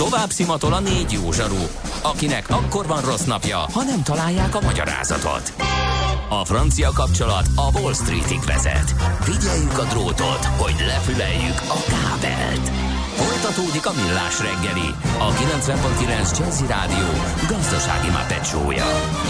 Tovább szimatol a 4 jó zsaru, akinek akkor van rossz napja, ha nem találják a magyarázatot. A francia kapcsolat a Wall Streetig vezet. Figyeljük a drótot, hogy lefüleljük a kábelt. Folytatódik a Millás reggeli, a 90.9 Jazzy Rádió gazdasági mápecsója.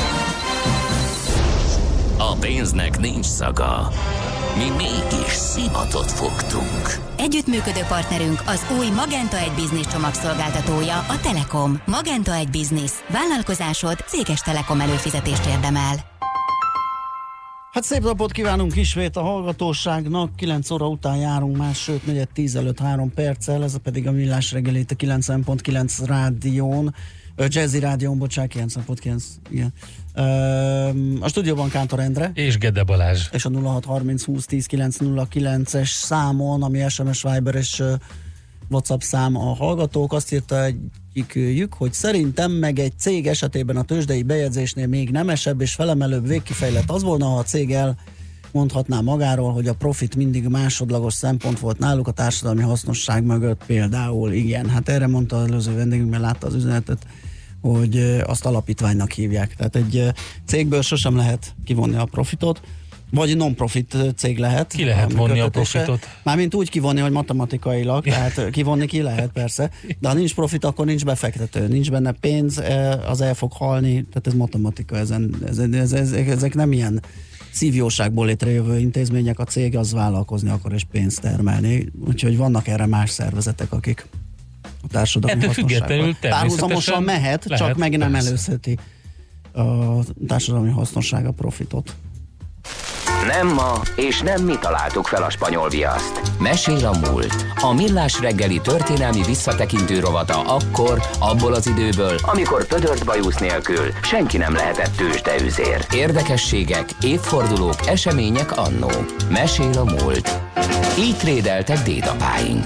A pénznek nincs szaga. Mi mégis szimatot fogtunk. Együttműködő partnerünk az új Magenta 1 Business csomagszolgáltatója, a Telekom. Magenta 1 Business. Vállalkozásod céges Telekom előfizetést érdemel. Hát szép napot kívánunk ismét a hallgatóságnak, 9 óra után járunk már, sőt 9:10 előtt 3 perccel, ez pedig a Millás reggeli itt a 90.9 rádión, Jazzy Rádión, bocsánat, 90.9, igen. A stúdióban Kántor Endre és Gede Balázs, és a 0630 20 10 909-es számon, ami SMS, Viber és WhatsApp szám a hallgatók. Azt írta egyikük, hogy szerintem meg egy cég esetében a tőzsdei bejegyzésnél még nemesebb és felemelőbb végkifejlett az volna, ha a cég elmondhatná magáról, hogy a profit mindig másodlagos szempont volt náluk a társadalmi hasznosság mögött például. Igen, hát erre mondta az előző vendégünk, mert látta az üzenetet, hogy azt alapítványnak hívják. Tehát egy cégből sosem lehet kivonni a profitot, vagy non-profit cég lehet. Ki lehet vonni a profitot? Mármint úgy kivonni, hogy matematikailag, tehát kivonni ki lehet persze, de ha nincs profit, akkor nincs befektető, nincs benne pénz, az el fog halni, tehát ez matematika, ezek nem ilyen szívjóságból létrejövő intézmények, a cég az vállalkozni akar és pénzt termelni, úgyhogy vannak erre más szervezetek, akik a társadalmi hasznosságban párhuzamosan mehet, lehet, csak meg nem előzheti a társadalmi hasznosság a profitot. Nem ma, és nem mi találtuk fel a spanyol viaszt. Mesél a múlt. A Millás reggeli történelmi visszatekintő rovata akkor, abból az időből, amikor pödört bajusz nélkül senki nem lehetett tőzsdeüzér. Érdekességek, évfordulók, események annó. Mesél a múlt. Így trédeltek dédapáink.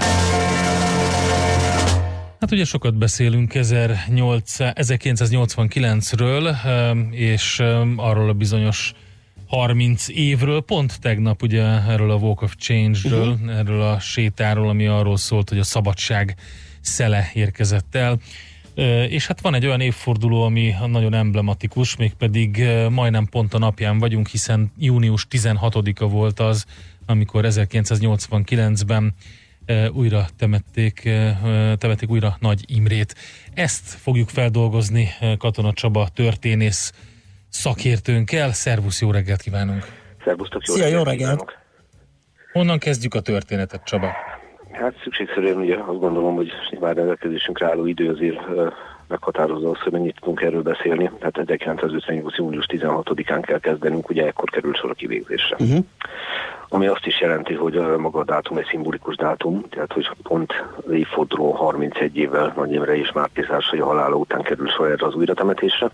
Hát ugye sokat beszélünk 1989-ről, és arról a bizonyos 30 évről, pont tegnap ugye erről a Walk of Change-ről, erről a sétáról, ami arról szólt, hogy a szabadság szele érkezett el. És hát van egy olyan évforduló, ami nagyon emblematikus, mégpedig majdnem pont a napján vagyunk, hiszen június 16-a volt az, amikor 1989-ben újra temették újra Nagy Imrét. Ezt fogjuk feldolgozni Katona Csaba történész szakértőnkkel. Szervusz, jó reggelt kívánunk! Szervusztok, jó reggelt! Honnan kezdjük a történetet, Csaba? Hát szükségszerűen ugye azt gondolom, hogy nyilván rendelkezésünkre álló idő azért meghatározza azt, hogy mennyit tudunk erről beszélni. Tehát 1958. június 16-án kell kezdenünk, ugye ekkor kerül sor a kivégzésre. Ami azt is jelenti, hogy maga a dátum egy szimbolikus dátum, tehát hogy pont évforduló 31 évvel Nagy Imre és Márti Zársai halála után kerül sor erre az újratemetésre.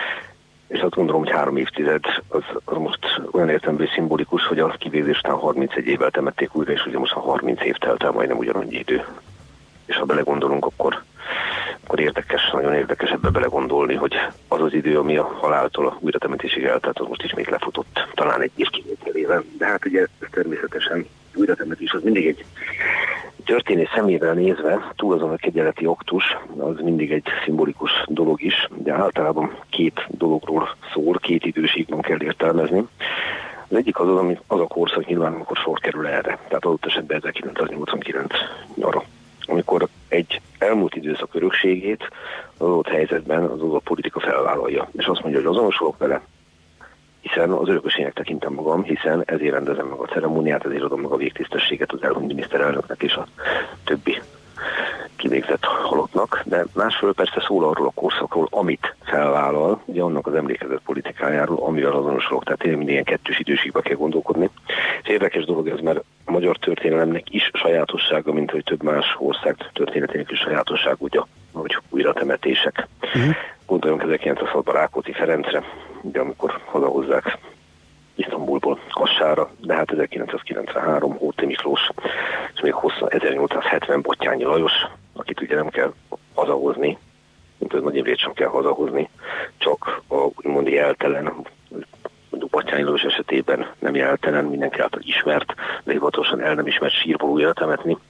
És azt gondolom, hogy 3 évtized az most olyan értelemben szimbolikus, hogy a kivégzés után 31 évvel temették újra, és ugye most a 30 év telt el, majdnem ugyanannyi idő. És ha belegondolunk, akkor érdekes, nagyon érdekes ebbe belegondolni, hogy az az idő, ami a haláltól a újratemetésig eltelt, az most ismét lefutott, talán egy év kivételével. De hát ugye természetesen újratemetés az mindig egy történész szemével nézve, túl azon a kegyeleti aktus, az mindig egy szimbolikus dolog is, de általában 2 dologról szól, 2 időségben kell értelmezni. Az egyik az, az a korszak nyilván, amikor sor kerül erre, tehát adott esetben 1989 nyara, amikor egy elmúlt időszak örökségét az adott helyzetben az adott politika felvállalja, és azt mondja, hogy azonosulok vele, hiszen az örökösének tekintem magam, hiszen ezért rendezem meg a ceremóniát, ezért adom meg a végtisztességet az elhunyt miniszterelnöknek és a többi kivégzett halottnak, de másfelől persze szól arról a korszakról, amit felvállal, ugye annak az emlékezett politikájáról, amivel azonosulok, tehát tényleg minden ilyen kettős időségbe kell gondolkodni. És érdekes dolog ez, mert a magyar történelemnek is sajátossága, mint hogy több más ország történetének is sajátosság, ugye, hogy újratemetések. Gondoljunk 1906-ban Rákóczi Ferencre, ugye amikor hazahozzák Isztambulból Kassára, de hát 1993 Horthy Miklós, és még 1870 Bottyányi Lajos, akit ugye nem kell hazahozni, mint az Nagy Imrét sem kell hazahozni, csak a úgymond jeltelen, mondjuk Bottyányi Lajos esetében nem jeltelen, mindenki által ismert, de hivatalosan el nem ismert sírból újra temetni.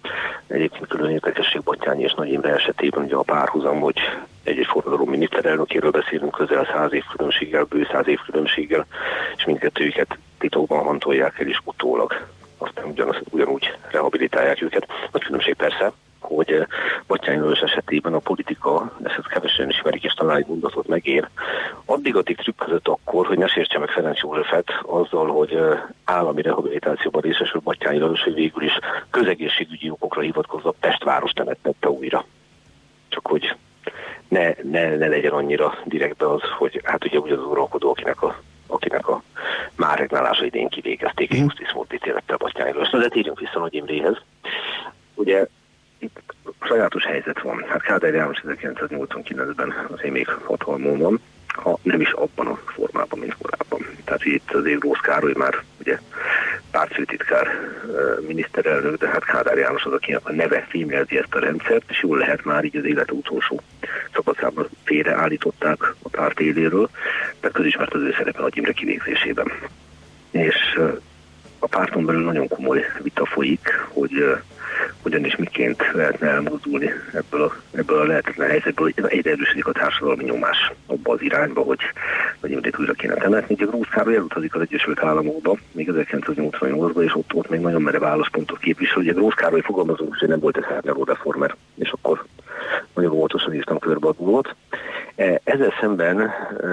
Egyébként külön érdekesség Batthyány és Nagy Imre esetében ugye a párhuzam, hogy egy forradalom miniszterelnökéről beszélünk közel 100 év különbséggel, bő 100 év különbséggel, és mindkettőjüket titokban hantolják el is utólag. Aztán ugyanúgy rehabilitálják őket. Nagy különbség persze, hogy Batthyány Lajos esetében a politika, ezt kevesen ismerik, és talán egy mondatot megér, addig trükközött akkor, hogy ne sértse meg Ferenc Józsefet azzal, hogy állami rehabilitációban részesül Batthyány Lajos, hogy végül is közegészségügyi okokra hivatkozva Pest város temetette újra. Csak hogy ne legyen annyira direktbe az, hogy hát ugye az uralkodó, akinek a már regnálása idén kivégezték egy justice-mód ítélettel Batthyány Lajosra. De térjünk vissza Nagy Imréhez. Ugye itt sajátos helyzet van. Hát Kádár János 1989-ben azért még hatalmon van, ha nem is abban a formában, mint korábban. Tehát itt azért Grósz Károly már ugye pártfőtitkár miniszterelnök, de hát Kádár János az, akinek a neve fémjelzi ezt a rendszert, és jól lehet már így az élet utolsó szakaszában félreállították a párt éléről, de közismert az ő szerepe Nagy Imre kivégzésében. És a párton belül nagyon komoly vita folyik, hogy hogyan és miként lehetne elmozdulni ebből a lehetetlen helyzetből, hogy egyre erősödik a társadalmi nyomás abba az irányba, hogy Nagy Imrét újra kéne temetni. Ugye Grósz Károly elutazik az Egyesült Államokba, még 1988-ban, és ott még nagyon merev álláspontot képvisel. Ugye Grósz Károly fogalmazunk, hogy nem volt egy hárnyaló reformer, és akkor nagyon óvatosan írtam körbe a dolgot. Ezzel szemben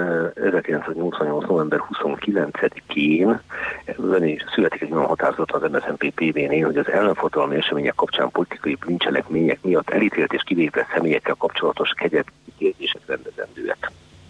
1988. november 29-én születik egy olyan határozat az MSZNP PV-nél, hogy az ellenforradalmi események kapcsán politikai bűncselekmények miatt elítélt és kivégzett személyekkel kapcsolatos kegyetlenítések rendezendőek.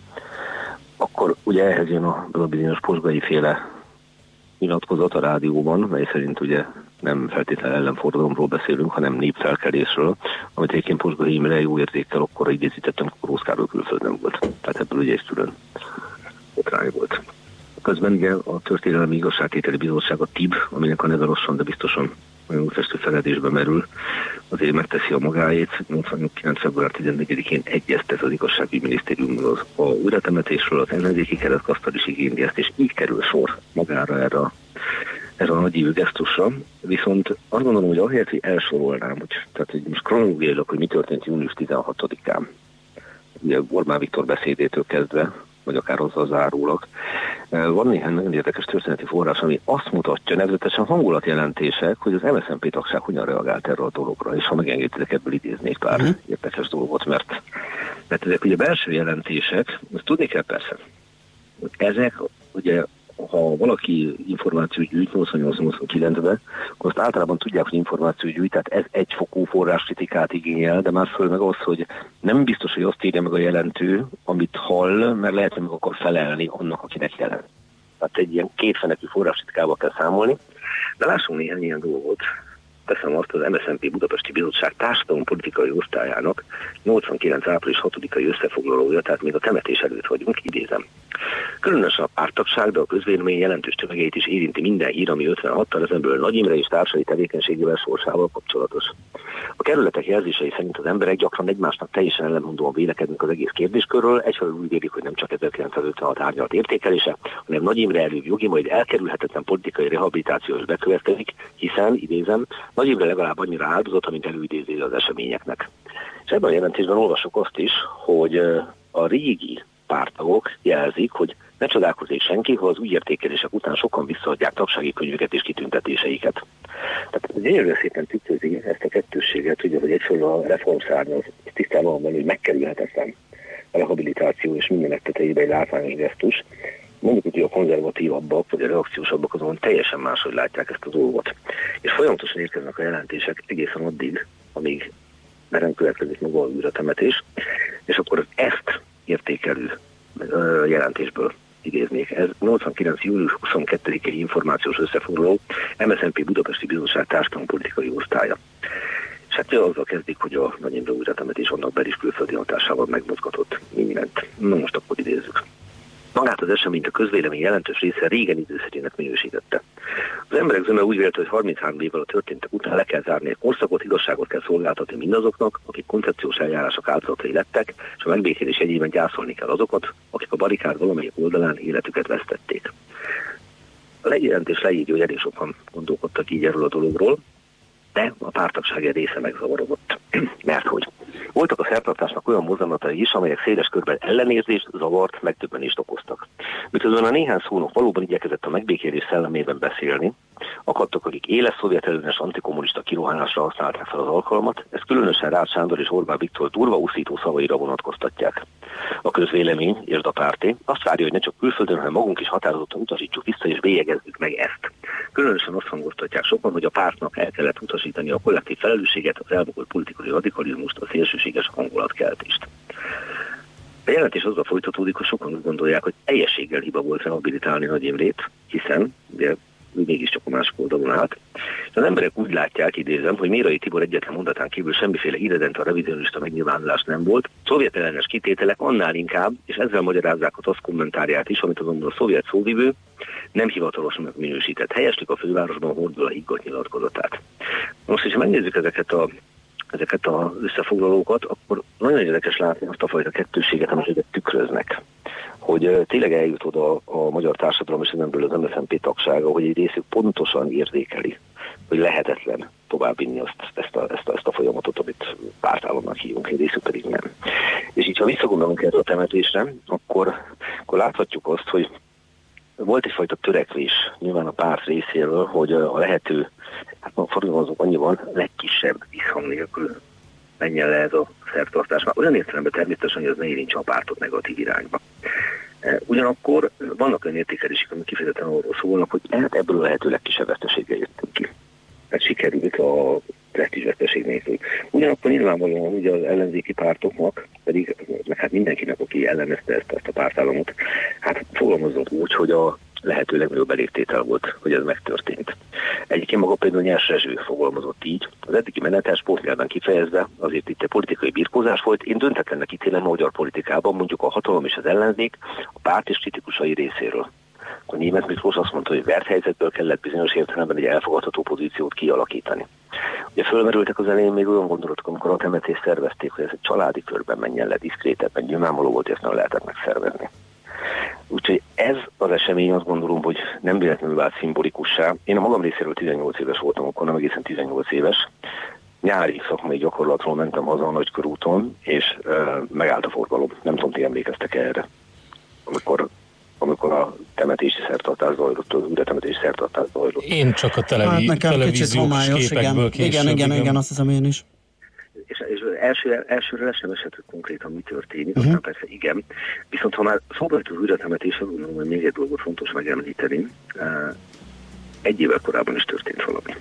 Akkor ugye ehhez jön a bizonyos Posgai féle nyilatkozat a rádióban, mely szerint ugye nem feltétlenül ellenforradalomról beszélünk, hanem népfelkelésről, amit egyébként Posgai Imre jó érzékkel akkor idézítettem, akkor Grósz Károly külföldön volt. Tehát ebből ugye egy külön botrány volt. Közben ugye a Történelmi Igazságtételi Bizottság, a TIB, aminek a neve lassan, de biztosan olyan útfestő feledésbe merül, azért megteszi a magáét. 89. február 14-én egyeztet az igazságügyminisztériummal a újratemetésről, az ellenzéki keretkasztal is igényli ezt, és így kerül sor magára erre a nagyívű gesztusra. Viszont azt gondolom, hogy ahelyett, hogy elsorolnám, hogy most kronológiailag, hogy mi történt június 16-án, ugye Orbán Viktor beszédétől kezdve, vagy akár azzal zárólag. Van néhány nagyon érdekes történeti forrás, ami azt mutatja, nevezetesen hangulatjelentések, hogy az MSZNP tagság hogyan reagált erre a dologra, és ha megengedtek, ebből idéznék pár érdekes dolgot, mert ezek ugye belső jelentések, azt tudni kell persze, hogy ezek ugye, ha valaki információt gyűjt 88-89-ben, akkor azt általában tudják, hogy információt gyűjt, tehát ez egyfokú forráskritikát igényel, de már föl meg az, hogy nem biztos, hogy azt írja meg a jelentő, amit hall, mert lehet, hogy meg akar felelni annak, akinek jelent. Tehát egy ilyen kétfenekű forráskritikával kell számolni, de lássunk néhány ilyen dolgot. Teszem azt, az MSZNP Budapesti Bizottság társadalompolitikai osztályának 89. április 6-ai összefoglalója, tehát még a temetés előtt vagyunk, idézem. Különösen a párttagság, de a közvélemény jelentős tömegeit is érinti minden hír, ami 56-tal ezenből Nagy Imre és társai tevékenységével sorsával kapcsolatos. A kerületek jelzései szerint az emberek gyakran egymásnak teljesen ellentmondóan vélekednek az egész kérdéskörről, egyfelől úgy vélik, hogy nem csak 1956 árnyalt értékelése, hanem Nagy Imre előbb jogi, majd elkerülhetetlen politikai rehabilitáció is bekövetkezik, hiszen, idézem, Nagy Imre legalább annyira áldozata, mint előidéző az eseményeknek. És ebben a jelentésben olvasok azt is, hogy a régi párttagok jelzik, hogy ne csodálkozzék senki, ha az új értékelések után sokan visszaadják tagsági könyveket és kitüntetéseiket. Tehát gyönyörűen szépen tükrözi ezt a kettősséget, ugye, hogy egyfelől a reformszárny az tisztában van, hogy megkerülhetetlen a rehabilitáció és mindenek tetejében egy látványos gesztus. Mondjuk, hogy a konzervatívabbak, vagy a reakciósabbak azon teljesen máshogy látják ezt a dolgot. És folyamatosan érkeznek a jelentések egészen addig, amíg nem következik maga a újratemetés, és akkor ezt értékelő jelentésből idéznék. Ez 89. július 22-i információs összefoglaló MSZNP Budapesti Bizottság társadalompolitikai osztálya. És hát azzal kezdik, hogy a Nagy Imre újratemetés annak bel- és külföldi hatásával megmozgatott mindent. Na most akkor idézzük. Magát az eseményt a közvélemény jelentős része régen időszerének minősítette. Az emberek zöme úgy vélte, hogy 33 évvel a történtek után le kell zárni egy korszakot, igazságot kell szolgáltatni mindazoknak, akik koncepciós eljárások áldozatai lettek, és a megbékélés egyében gyászolni kell azokat, akik a barikád valamelyik oldalán életüket vesztették. A legjelentés leírja, hogy elég sokan gondolkodtak így erről a dologról, de a párttagság egy része megzavarodott. Mert hogy voltak a szertartásnak olyan mozzanatai is, amelyek széles körben ellenérzést, zavart, megdöbbenést okoztak. Miközben a néhány szónok valóban igyekezett a megbékélés szellemében beszélni, akadtak, akik éles szovjetellenes antikommunista kirohanásra használták fel az alkalmat, ezt különösen Rácz Sándor és Orbán Viktor durva uszító szavaira vonatkoztatják. A közvélemény, érd a párté, azt várja, hogy ne csak külföldön, hanem magunk is határozottan utasítsuk vissza és bélyegezzük meg ezt. Különösen azt hangoztatják sokan, hogy a pártnak el kellett utasítani a kollektív felelősséget, az elbukott politikai radikalizmust, a szélsőséges hangulatkeltést. A jelentés azzal folytatódik, hogy sokan úgy gondolják, hogy teljességgel hiba volt rehabilitálni Nagy Imrét, hiszen ugye ő mégiscsak a másik oldalon állt. És az emberek úgy látják, idézem, hogy Mérai Tibor egyetlen mondatán kívül semmiféle irredent a revizionista megnyilvánulás nem volt, szovjet ellenes kitételek annál inkább, és ezzel magyarázzák a TASZ kommentárját is, amit azonban a szovjet szóvivő nem hivatalosnak minősített. Helyeslik a fővárosban hordul a higgadt nyilatkozatát. Most, hogyha megnézzük ezeket az összefoglalókat, akkor nagyon érdekes látni azt a fajta kettősséget, amit tükröznek. Hogy tényleg eljut oda a magyar társadalom és ezenből az MSZNP tagsága, hogy egy részük pontosan érzékeli, hogy lehetetlen továbbvinni ezt a folyamatot, amit pártállamnak hívunk, egy részük pedig nem. És így, ha visszagondolunk erre a temetésre, akkor láthatjuk azt, hogy volt egyfajta törekvés nyilván a párt részéről, hogy a lehető, hát fogalmazunk annyiban, legkisebb visszhang nélkül menjen le ez a szertartás. Már olyan értelemben természetesen, hogy ez ne érintse a pártot negatív irányba. Ugyanakkor vannak olyan értékelések, amik kifejezetten arról szólnak, hogy ebből a lehető legkisebb veszteséggel jöttünk ki. Hát sikerült a presztízsveszteség nélkül. Ugyanakkor nyilvánvalóan ugye az ellenzéki pártoknak, pedig meg hát mindenkinek, aki ellenezte ezt a pártállamot, hát fogalmazunk úgy, hogy a lehető legnagyobb elégtétel volt, hogy ez megtörtént. Egyébként maga például Nyers Rezső fogalmazott így, az eddigi menetel sportnyelven kifejezve, azért itt egy politikai birkózás volt, én döntetlennek ítélem a magyar politikában, mondjuk a hatalom és az ellenzék, a párt és kritikusai részéről. A Németh Miklós azt mondta, hogy vert helyzetből kellett bizonyos értelemben egy elfogadható pozíciót kialakítani. Ugye fölmerültek az elején még olyan gondolatok, amikor a temetést szervezték, hogy ez egy családi körben menjen le diszkrétebben, nyilvánvaló volt, ezt nem lehetett megszervezni. Úgyhogy ez az esemény, azt gondolom, hogy nem véletlenül vált szimbolikussá. Én a magam részéről 18 éves voltam, akkor nem egészen 18 éves. Nyári szakmai gyakorlatról mentem haza a Nagykörúton, és megállt a forgalom. Nem tudom, ti emlékeztek erre, amikor a temetési szertartás zajlott, az űretemetési szertartás zajlott. Én csak a televíziós képekből később. Igen, azt hiszem én is. És elsőre sem esett, hogy konkrétan mi történik, aztán persze igen. Viszont ha már szóba jött az űretemetés, azt gondolom, hogy még egy dolgot fontos megemlíteni. Egy évvel korábban is történt valami.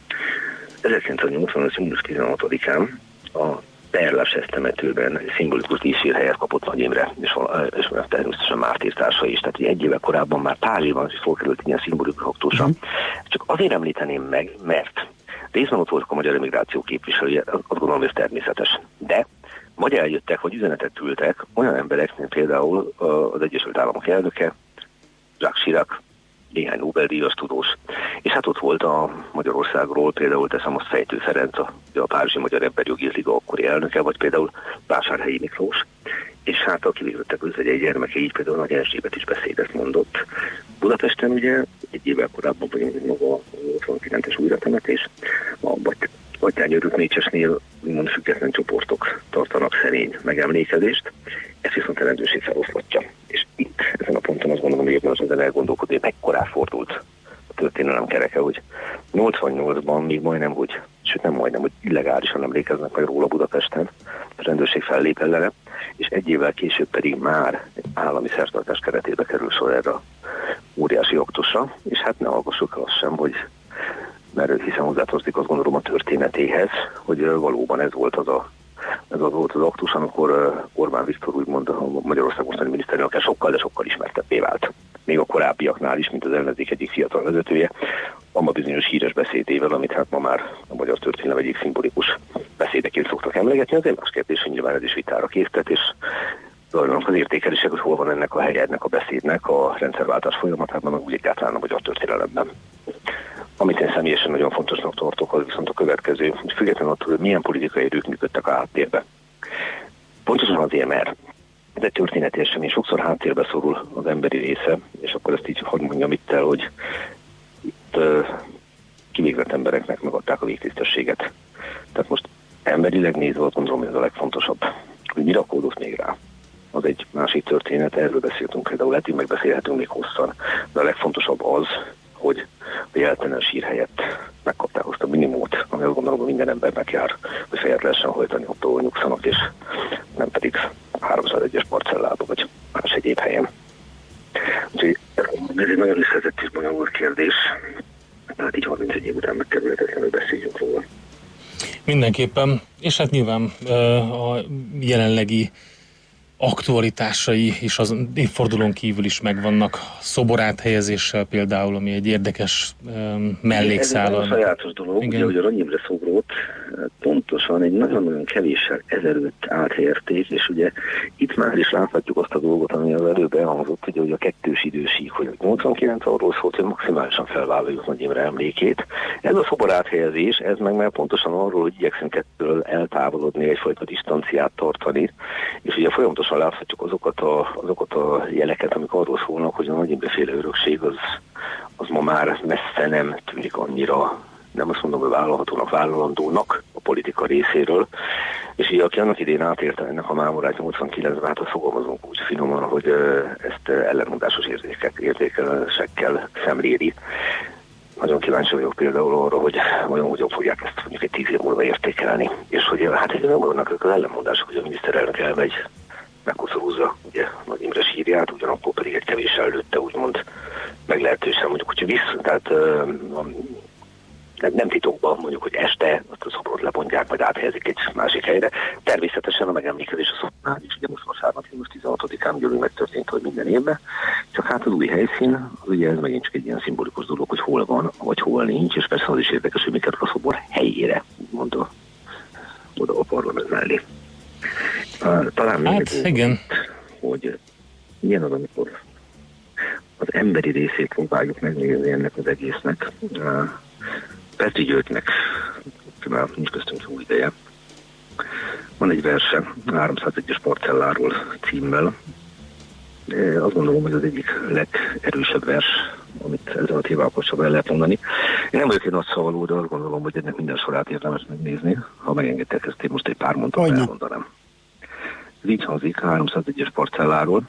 1985. június 16-án a Perlás temetőben szimbolikus díszsírhelyet kapott Nagy Imre, és természetesen mártírtársai is. Tehát egy évvel korábban már pár évben is felkerült ilyen szimbolikus aktusra. Csak azért említeném meg, mert részben ott voltak a magyar emigráció képviselője, azt gondolom, hogy ez természetes. De vagy eljöttek, vagy üzenetet küldtek olyan emberek, mint például az Egyesült Államok elnöke, Jacques Chirac, néhány Nobel-díjas tudós. És hát ott volt a Magyarországról, például teszem azt Fejtő Ferenc, a Párizsi Magyar Emberjogi Liga akkori elnöke, vagy például Vásárhelyi Miklós. És hát a kivégződtek özvegyei gyermeke, így például Nagy Erzsébet is beszédet mondott. Budapesten ugye egy évvel korábban vagyunk maga a 89-es újratemetés, a Battyányi Mécsesnél úgymond független csoportok tartanak szerény megemlékezést, ezt viszont jelentőség feloszlatja. És itt, ezen a ponton azt gondolom, hogy érdemes ezen elgondolkodni, hogy mekkorát fordult a történelem kereke, hogy 88-ban még majdnem, hogy, sőt nem majdnem, hogy illegálisan emlékeznek meg róla Budapesten, a rendőrség fellép ellene, és egy évvel később pedig már egy állami szertartás keretébe kerül sor erre a óriási aktusra, és hát ne hallgassuk azt sem, hogy mert hiszen hozzátartozik azt gondolom a történetéhez, hogy valóban ez volt az aktus, amikor Orbán Viktor úgymond a Magyarország mostani miniszterelnöke sokkal, de sokkal ismertebbé vált. Még a korábbiaknál is, mint az ellenzék egyik fiatal vezetője, abban bizonyos híres beszédével, amit hát ma már a magyar történelem egyik szimbolikus beszédeként szoktak emlegetni, az egy más kérdés, hogy nyilván ez is vitára késztet, és zajlanak az értékelések, hogy hol van ennek a helye, ennek a beszédnek a rendszerváltás folyamatában, meg úgy egyáltalán a magyar történelemben. Amit én személyesen nagyon fontosnak tartok, az viszont a következő, hogy függetlenül attól, hogy milyen politikai erők működtek a háttérbe. Pontosan azért, mert ez egy történeti esemény, sokszor háttérbe szorul az emberi része, és akkor ezt így hadd mondjam itt el, hogy itt kivégzett embereknek megadták a végtisztességet. Tehát most emberileg nézve azt gondolom, hogy ez a legfontosabb. Hogy mi rakódott még rá, az egy másik történet, erről beszéltünk például, eddig megbeszélhetünk még hosszan, de a legfontosabb az, hogy a jeltelen sír helyett megkapták azt a minimumot, ami azt gondolom, hogy minden embernek jár, hogy fejet lehessen hajtani, ott ahol nyugszanak, és nem pedig 301-es parcellába, vagy más egyéb helyen. Úgyhogy ez egy nagyon összetett és bonyolult kérdés, tehát így 31 év után megkerülhetetlen, hogy beszéljünk róla. Mindenképpen, és hát nyilván a jelenlegi aktualitásai is az évfordulón kívül is megvannak, szoboráthelyezéssel például, ami egy érdekes mellékszál. Ez egy sajátos dolog, ugye, hogy a Rany Imre szobrot pontosan egy nagyon-nagyon kevéssel ezelőtt áthelyezték, és ugye itt már is láthatjuk azt a dolgot, ami az előbb elhangzott, ugye, hogy a kettős idősík, hogy 89 arról szólt, hogy maximálisan felvállaljuk Nagy Imre emlékét. Ez a szoboráthelyezés, ez meg már pontosan arról, hogy igyekszünk ettől eltávolodni, egyfajta disztanciát tartani, és ugye folyamatosan láthatjuk azokat a jeleket, amik arról szólnak, hogy a Nagy Imre féle örökség az ma már messze nem tűnik annyira, nem azt mondom, hogy vállalhatónak, vállalandónak a politika részéről, és így aki annak idén átélte ennek a mámorát 89-ben, hát azt fogalmazunk úgy finoman, hogy ezt ellenmondásos érzékelésekkel szemléli. Nagyon kíváncsi vagyok például arra, hogy olyan hogyan fogják ezt mondjuk egy 10 év múlva értékelni, és hogy hát egy nem vannak az ellenmondások, hogy a miniszterelnök elmegy, megkoszorúzza ugye Nagy Imre sírját, ugyanakkor pedig egy kevés előtte úgymond meglehetősen mondjuk, hogy vissza, tehát nem titokban mondjuk, hogy este azt a szobrot lebontják, majd áthelyezik egy másik helyre. Természetesen a megemlékezés a szobrnál is, ugye most vasárnap, június 16-án gyűlő megtörtént, hogy minden évben, csak hát az új helyszín, az ugye ez megint csak egy ilyen szimbolikus dolog, hogy hol van, vagy hol nincs, és persze az is érdekes, hogy mi kerül a szobor helyére, mondta oda a parlament mellé. Talán még hát, igen. Hogy milyen az, amikor az emberi részét próbáljuk megnézni ennek az egésznek. Petri Györgynek, már nincs köztünk jó ideje, van egy verse, 301-es parcelláról címmel. Azt gondolom, hogy az egyik legerősebb vers, amit ezzel a témával kapcsolatban el lehet mondani. Én nem vagyok egy nagy szavaló, de azt gondolom, hogy ennek minden sorát érdemes megnézni. Ha megengedtek, ezt én most egy pár mondatban elmondanám. Ez így hangzik, 301-es parcelláról.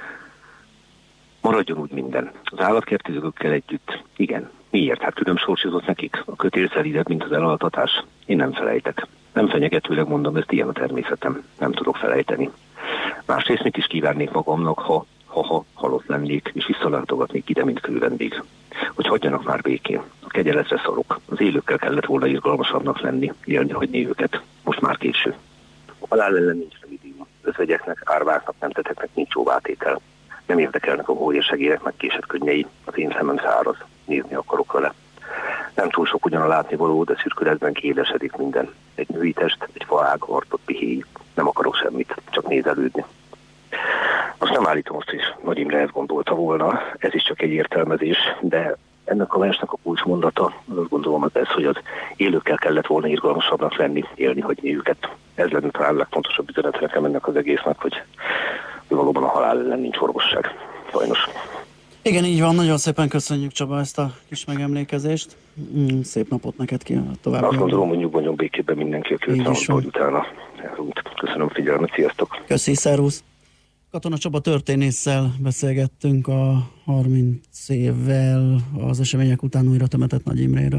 Maradjon úgy minden. Az állatkertőzőkkel együtt. Igen. Miért? Hát külön sorsizott nekik. A kötél szelídebb, mint az elaltatás. Én nem felejtek. Nem fenyegetőleg mondom, ezt ilyen a természetem. Nem tudok felejteni. Másrészt mit is kívánnék magamnak, ha halott lennék, és visszalátogatnék ide, mint külvendég. Hogy hagyjanak már békén. A kegyeletre szarok. Az élőkkel kellett volna irgalmasabbnak lenni, élni hagyni őket. Most már késő. A halál ellen nincs legitim. Özvegyeknek, árváknak, nemteteknek nincs jóvátétel. Nem érdekelnek a hóérsegérek meg késett könnyei, az én szemem száraz, nézni akarok vele. Nem túl sok ugyan a látnivaló, de szürkületben kiélesedik minden. Egy női test, egy faág, artott pihéj. Nem akarok semmit, csak nézelődni. Azt nem állítom azt, hogy Nagy Imre ezt gondolta volna, ez is csak egy értelmezés, de ennek a versnek a kulcsmondata, azt gondolom az ez, hogy az élőkkel kellett volna irgalmasabbnak lenni, élni, hagyni őket. Ez lenne talán a legfontosabb üzenet nekem ennek az egésznek, hogy valóban a halál ellen nincs orvosság. Sajnos. Igen, így van. Nagyon szépen köszönjük, Csaba, ezt a kis megemlékezést. Szép napot neked ki tovább. Azt gondolom, hogy nyugodjon békében mindenki, aki hogy utána elrúnt. Köszönöm figyelmet, sziasztok! Köszi, szervusz! Katona Csaba történésszel beszélgettünk a 30 évvel az események után újra temetett Nagy Imréről.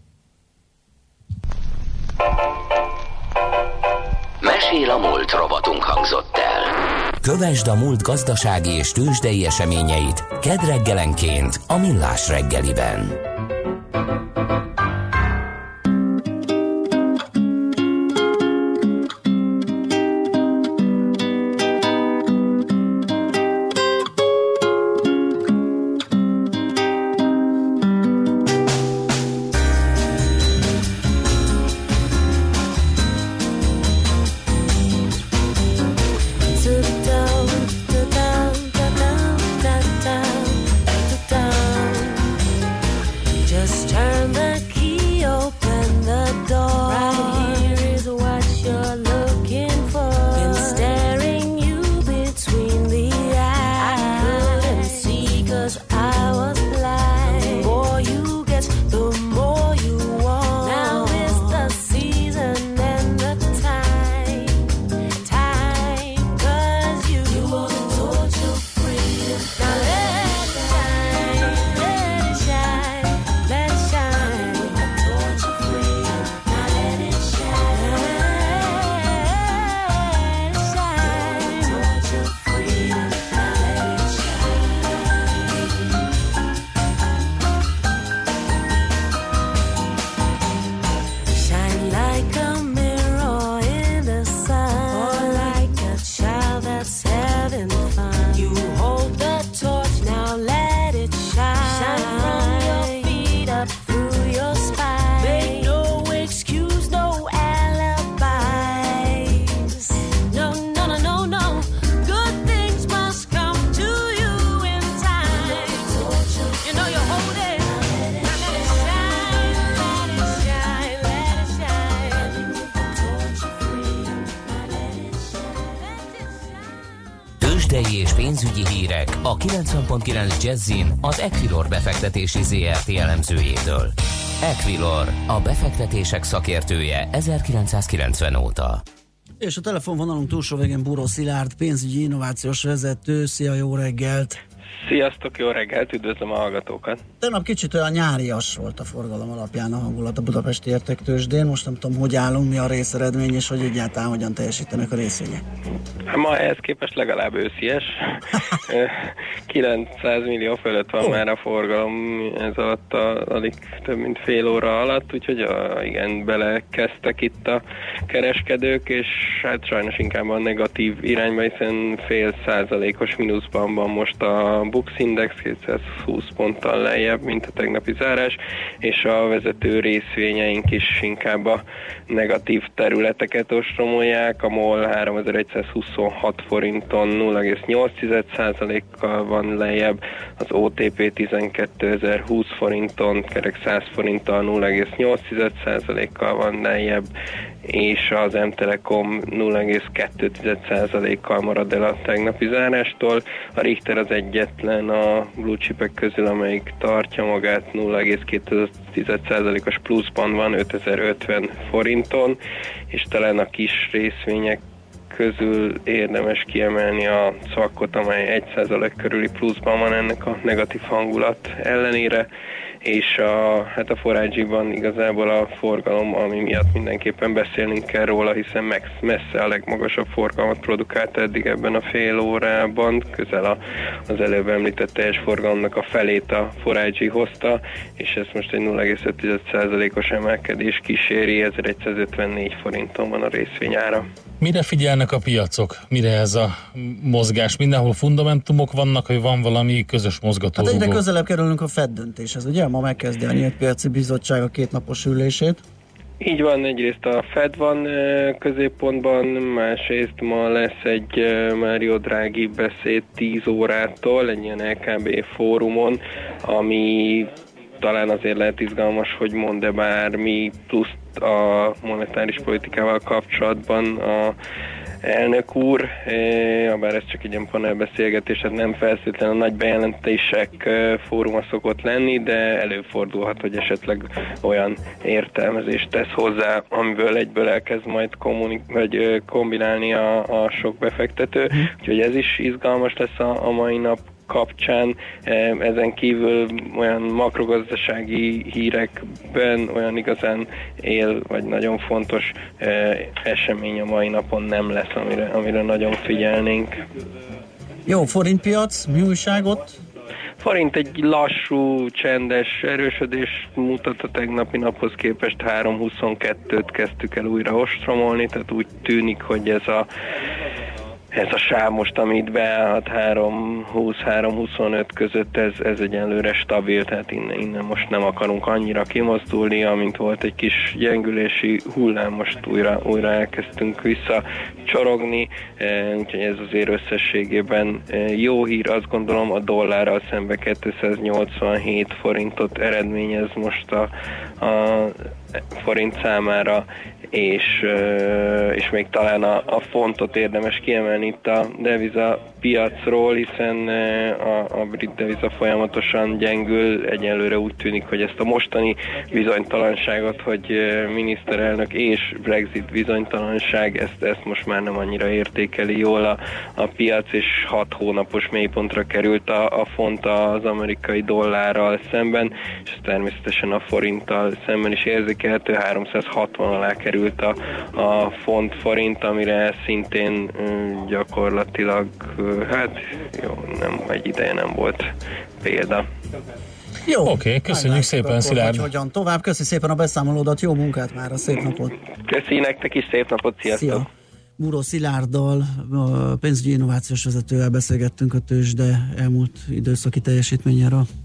Mesél a múlt rovatunk hangzott el. Kövesd a múlt gazdasági és tőzsdei eseményeit kedd reggelenként a Millás reggeliben. Just turn the key. Tőzsdei és pénzügyi hírek a 90.9 Jazzin az Equilor befektetési ZRT elemzőjétől. Equilor, a befektetések szakértője 1990 óta. És a telefonvonalunk túlsó végén Búró Szilárd, pénzügyi innovációs vezető. Szia, jó reggelt! Sziasztok, jó reggelt, üdvözlöm a hallgatókat! Tegnap kicsit olyan nyárias volt a forgalom alapján a hangulat a budapesti értéktőzsdén. Most nem tudom, hogy állunk, mi a részeredmény, és hogy egyáltalán hogyan teljesítenek a részvények. Ma ehhez képest legalább őszies. 900 millió fölött van már a forgalom ez alatt alig több mint fél óra alatt, úgyhogy igen, belekezdtek itt a kereskedők, és hát sajnos inkább a negatív irányba, hiszen 0,5%-os mínuszban van most a Bux Index, 220 ponttal lejjebb, mint a tegnapi zárás, és a vezető részvényeink is inkább a negatív területeket ostromolják. A MOL 3126 forinton 0,8%-kal van lejjebb, az OTP 12.020 forinton, kerek 100 forinttal 0,8%-kal van lejjebb, és az M-Telekom 0,2%-kal marad el a tegnapi zárástól. A Richter az egyetlen a blue chipek közül, amelyik tartja magát, 0,2%-os pluszban van 5050 forinton, és talán a kis részvények közül érdemes kiemelni a CAC-ot, amely 1% körüli pluszban van ennek a negatív hangulat ellenére, és a 4iG-ban igazából a forgalom, ami miatt mindenképpen beszélnünk kell róla, hiszen messze a legmagasabb forgalmat produkált eddig ebben a fél órában, közel az előbb említett teljes forgalomnak a felét a 4iG hozta, és ez most egy 0,5%-os emelkedés kíséri, 1154 forinton van a részvényára. Mire figyelnek a piacok? Mire ez a mozgás? Mindenhol fundamentumok vannak, hogy van valami közös mozgatórugó? Hát egyre közelebb kerülünk a Fed döntéshez, ugye? Ma megkezdi a Nyílt Piaci Bizottság a kétnapos ülését. Így van, egyrészt a Fed van középpontban, másrészt ma lesz egy Mário Draghi beszéd 10 órától, egy ilyen LKB fórumon, ami talán azért lehet izgalmas, hogy mond-e bármi pluszt a monetáris politikával kapcsolatban a elnök úr, bár ez csak egy ilyen panelbeszélgetés, hát nem feltétlenül a nagy bejelentések fóruma szokott lenni, de előfordulhat, hogy esetleg olyan értelmezést tesz hozzá, amiből egyből elkezd majd kombinálni a sok befektető, úgyhogy ez is izgalmas lesz a mai nap kapcsán. Ezen kívül olyan makrogazdasági hírekben olyan igazán vagy nagyon fontos esemény a mai napon nem lesz, amire nagyon figyelnénk. Jó, forintpiac, mi újságot? Forint egy lassú, csendes erősödés mutat a tegnapi naphoz képest, 3.22-t kezdtük el újra ostromolni, tehát úgy tűnik, hogy ez a sáv most, amit beállhat 3.20-3.25 között, ez egyenlőre stabil, tehát innen most nem akarunk annyira kimozdulni, amint volt egy kis gyengülési hullám, most újra elkezdtünk visszacsorogni, úgyhogy ez azért összességében jó hír, azt gondolom, a dollárral szembe 287 forintot eredményez most a forint számára, és még talán a fontot érdemes kiemelni itt a deviza piacról, hiszen a brit deviza folyamatosan gyengül, egyenlőre úgy tűnik, hogy ezt a mostani bizonytalanságot, hogy miniszterelnök és Brexit bizonytalanság, ezt most már nem annyira értékeli jól a piac, és 6 hónapos mélypontra került a font az amerikai dollárral szemben, és ez természetesen a forinttal szemben is érzékelhető, 360 alá került a font forint, amire szintén gyakorlatilag egy ideje nem volt példa. Jó, Oké, köszönjük szépen, Szilárd. Hogyan tovább, köszi szépen a beszámolódat, jó munkát már, a szép napot. Köszi nektek is, szép napot, sziasztok! Szia. Búró Szilárddal, a pénzügyi innovációs vezetővel beszélgettünk a tőzsde elmúlt időszaki teljesítményéről.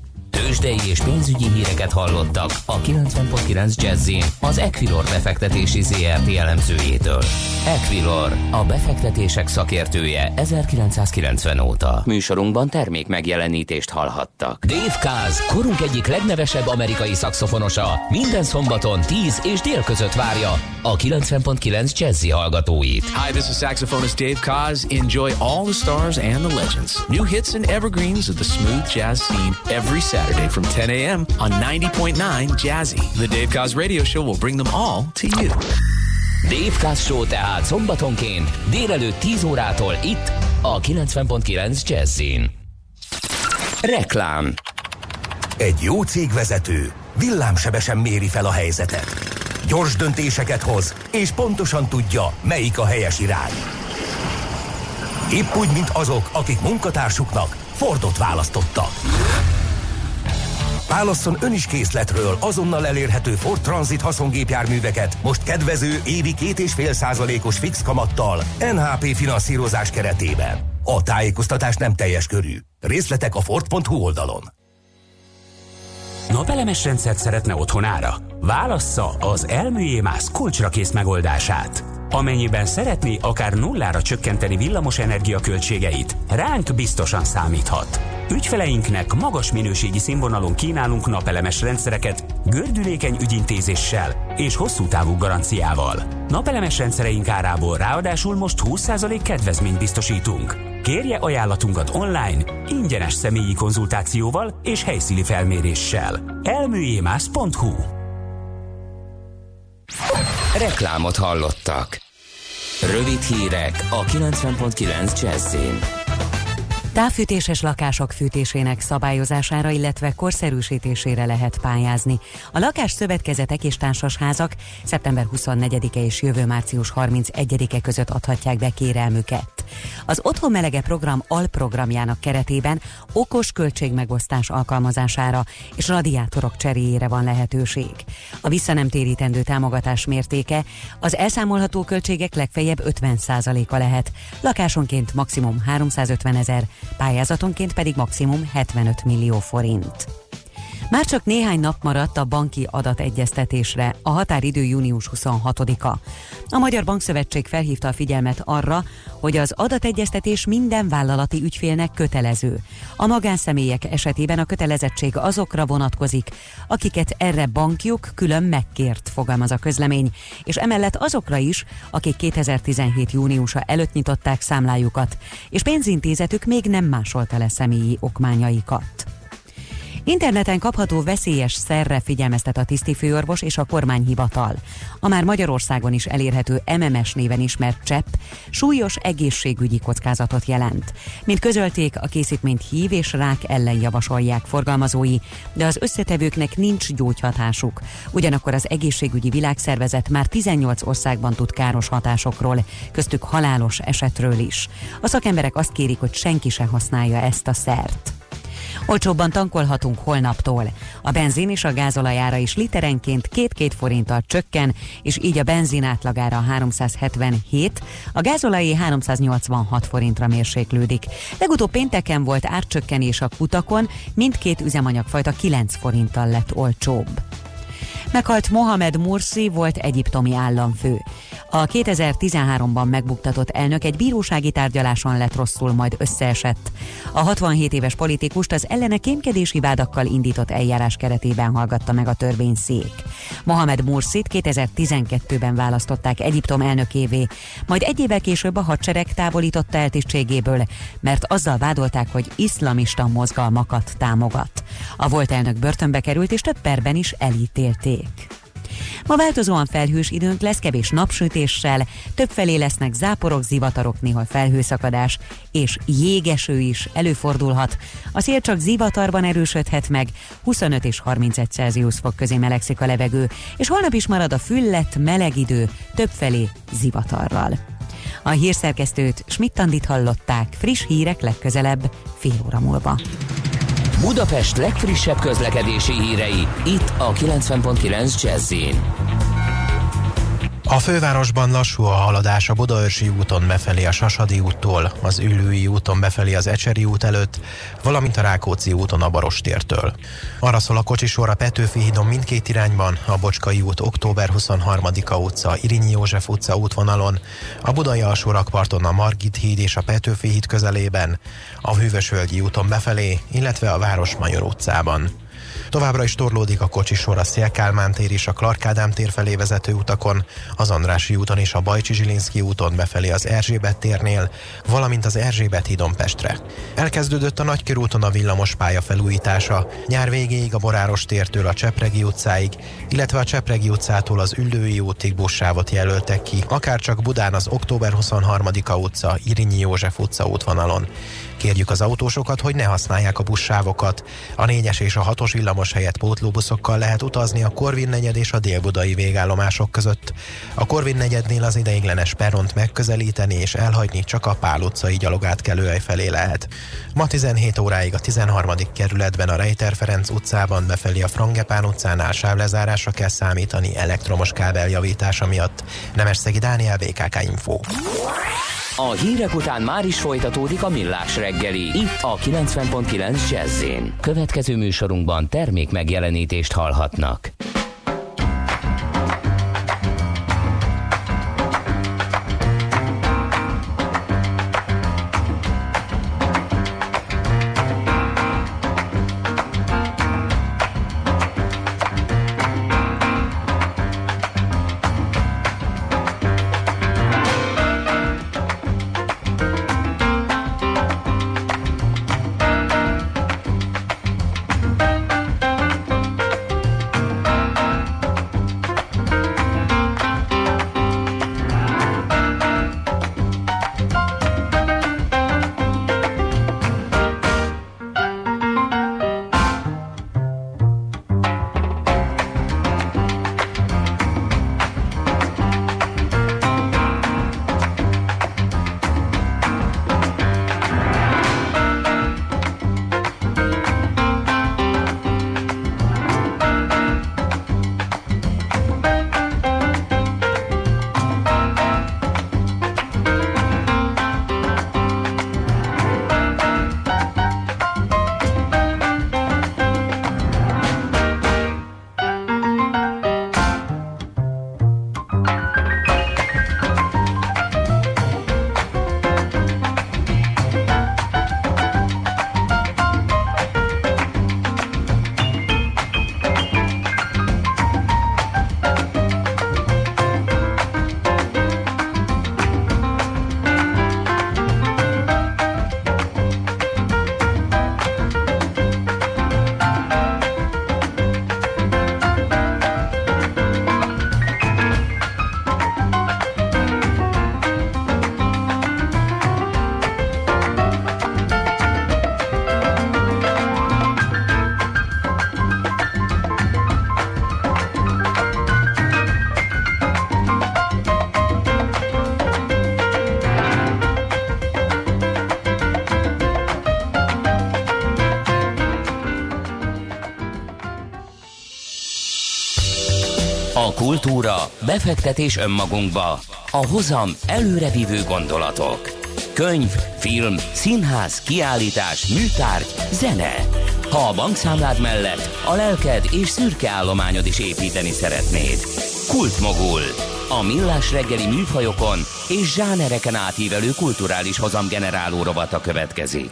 Tőzsdei és pénzügyi híreket hallottak a 90.9 Jazz-in az Equilor befektetési ZRT elemzőjétől. Equilor, a befektetések szakértője 1990 óta. Műsorunkban termék megjelenítést hallhattak. Dave Kaz, korunk egyik legnevesebb amerikai szaxofonosa, minden szombaton 10 és dél között várja a 90.9 Jazz-i hallgatóit. Hi, this is saxophonist Dave Kaz. Enjoy all the stars and the legends. New hits and evergreens of the smooth jazz scene every Saturday from 10 a.m. on 90.9 Jazzy. The Dave Kaz Radio Show will bring them all to you. Dave Kaz Show tehát szombatonként délelőtt 10 órától itt a 90.9 Jazz-in. Reklám. Egy jó cégvezető villámsebesen méri fel a helyzetet. Gyors döntéseket hoz, és pontosan tudja, melyik a helyes irány. Épp úgy, mint azok, akik munkatársuknak Fordot választottak. Válasszon ön is készletről azonnal elérhető Ford Transit haszongépjárműveket most kedvező évi 2,5%-os fix kamattal NHP finanszírozás keretében. A tájékoztatás nem teljes körű. Részletek a Ford.hu oldalon. Napelemes rendszert szeretne otthonára? Válassza az Elmű-Émász kulcsrakész megoldását. Amennyiben szeretné akár nullára csökkenteni villamos energia költségeit, ránk biztosan számíthat. Ügyfeleinknek magas minőségi színvonalon kínálunk napelemes rendszereket gördülékeny ügyintézéssel és hosszú távú garanciával. Napelemes rendszereink árából ráadásul most 20% kedvezményt biztosítunk. Kérje ajánlatunkat online, ingyenes személyi konzultációval és helyszíni felméréssel. elműémász.hu. Reklámot hallottak. Rövid hírek a 90.9 Jazz-in. Távfűtéses lakások fűtésének szabályozására, illetve korszerűsítésére lehet pályázni. A lakásszövetkezetek és társasházak szeptember 24-e és jövő március 31-e között adhatják be kérelmüket. Az Otthon Melege program alprogramjának keretében okos költségmegosztás alkalmazására és radiátorok cseréjére van lehetőség. A visszanemtérítendő támogatás mértéke az elszámolható költségek legfeljebb 50%-a lehet. Lakásonként maximum 350 000, pályázatonként pedig maximum 75 millió forint. Már csak néhány nap maradt a banki adategyeztetésre, a határidő június 26-a. A Magyar Bankszövetség felhívta a figyelmet arra, hogy az adategyeztetés minden vállalati ügyfélnek kötelező. A magánszemélyek esetében a kötelezettség azokra vonatkozik, akiket erre bankjuk külön megkért, fogalmaz a közlemény, és emellett azokra is, akik 2017. júniusa előtt nyitották számlájukat, és pénzintézetük még nem másolta le személyi okmányaikat. Interneten kapható veszélyes szerre figyelmeztet a tisztifőorvos és a kormányhivatal. A már Magyarországon is elérhető MMS néven ismert csepp súlyos egészségügyi kockázatot jelent. Mint közölték, a készítményt HIV és rák ellen javasolják forgalmazói, de az összetevőknek nincs gyógyhatásuk. Ugyanakkor az Egészségügyi Világszervezet már 18 országban tud káros hatásokról, köztük halálos esetről is. A szakemberek azt kérik, hogy senki se használja ezt a szert. Olcsóbban tankolhatunk holnaptól. A benzin és a gázolaj ára is literenként 2-2 forinttal csökken, és így a benzin átlagára 377, a gázolajé 386 forintra mérséklődik. Legutóbb pénteken volt árcsökkenés a kutakon, mindkét üzemanyagfajta 9 forinttal lett olcsóbb. Meghalt Mohamed Morsi, volt egyiptomi államfő. A 2013-ban megbuktatott elnök egy bírósági tárgyaláson lett rosszul, majd összeesett. A 67 éves politikust az ellene kémkedési vádakkal indított eljárás keretében hallgatta meg a törvényszék. Mohamed Morsit 2012-ben választották Egyiptom elnökévé, majd egy évvel később a hadsereg távolította el tisztségéből, mert azzal vádolták, hogy iszlamista mozgalmakat támogat. A volt elnök börtönbe került, és több perben is elítélték. Ma változóan felhős időnk lesz, kevés napsütéssel, többfelé lesznek záporok, zivatarok, néhol felhőszakadás, és jégeső is előfordulhat. A szél csak zivatarban erősödhet meg, 25 és 31 Celsius fok közé melegszik a levegő, és holnap is marad a füllet, meleg idő, többfelé zivatarral. A hírszerkesztőt, Schmidt-Andit hallották, friss hírek legközelebb fél óra múlva. Budapest legfrissebb közlekedési hírei, itt a 90.9 Jazz-in. A fővárosban lassú a haladás a Budaörsi úton befelé a Sasadi úttól, az Üllői úton befelé az Ecseri út előtt, valamint a Rákóczi úton a Barostértől. Arra szól a kocsisor a Petőfi hídon mindkét irányban, a Bocskai út Október 23-a utca, Irinyi József utca útvonalon, a Budai alsórakparton a Margit híd és a Petőfi híd közelében, a Hűvösvölgyi úton befelé, illetve a Városmajor utcában. Továbbra is torlódik a kocsisor a Széll-Kálmán tér és a Clark Ádám tér felé vezető utakon, az Andrássy úton és a Bajcsi-Zsilinszky úton befelé az Erzsébet térnél, valamint az Erzsébet hídon Pestre. Elkezdődött a Nagykörúton a villamospálya felújítása, nyár végéig a Boráros tértől a Csepregi utcáig, illetve a Csepregi utcától az Üllői útig buszsávot jelöltek ki, akárcsak Budán az Október 23-a utca, Irinyi József utca útvonalon. Kérjük az autósokat, hogy ne használják a buszsávokat. A 4-es és a 6-os villamos helyett pótlóbuszokkal lehet utazni a Korvin negyed és a délbudai végállomások között. A Korvin negyednél az ideiglenes perront megközelíteni és elhagyni csak a Pál utcai gyalogátkelőhely felé lehet. Ma 17 óráig a 13. kerületben a Rejter Ferenc utcában befelé a Frangepán utcánál sávlezárásra kell számítani elektromos kábeljavítása miatt. Nemesszegi Dániel, BKK Info. A hírek után már is folytatódik a Millás reggeli, itt a 90.9 Jazz-én. Következő műsorunkban termék megjelenítést hallhatnak. A kultúra, befektetés önmagunkba, a hozam előrevívő gondolatok. Könyv, film, színház, kiállítás, műtárgy, zene. Ha a bankszámlád mellett a lelked és szürke állományod is építeni szeretnéd. Kultmogul. A Millás reggeli műfajokon és zsánereken átívelő kulturális hozamgeneráló rovata következik.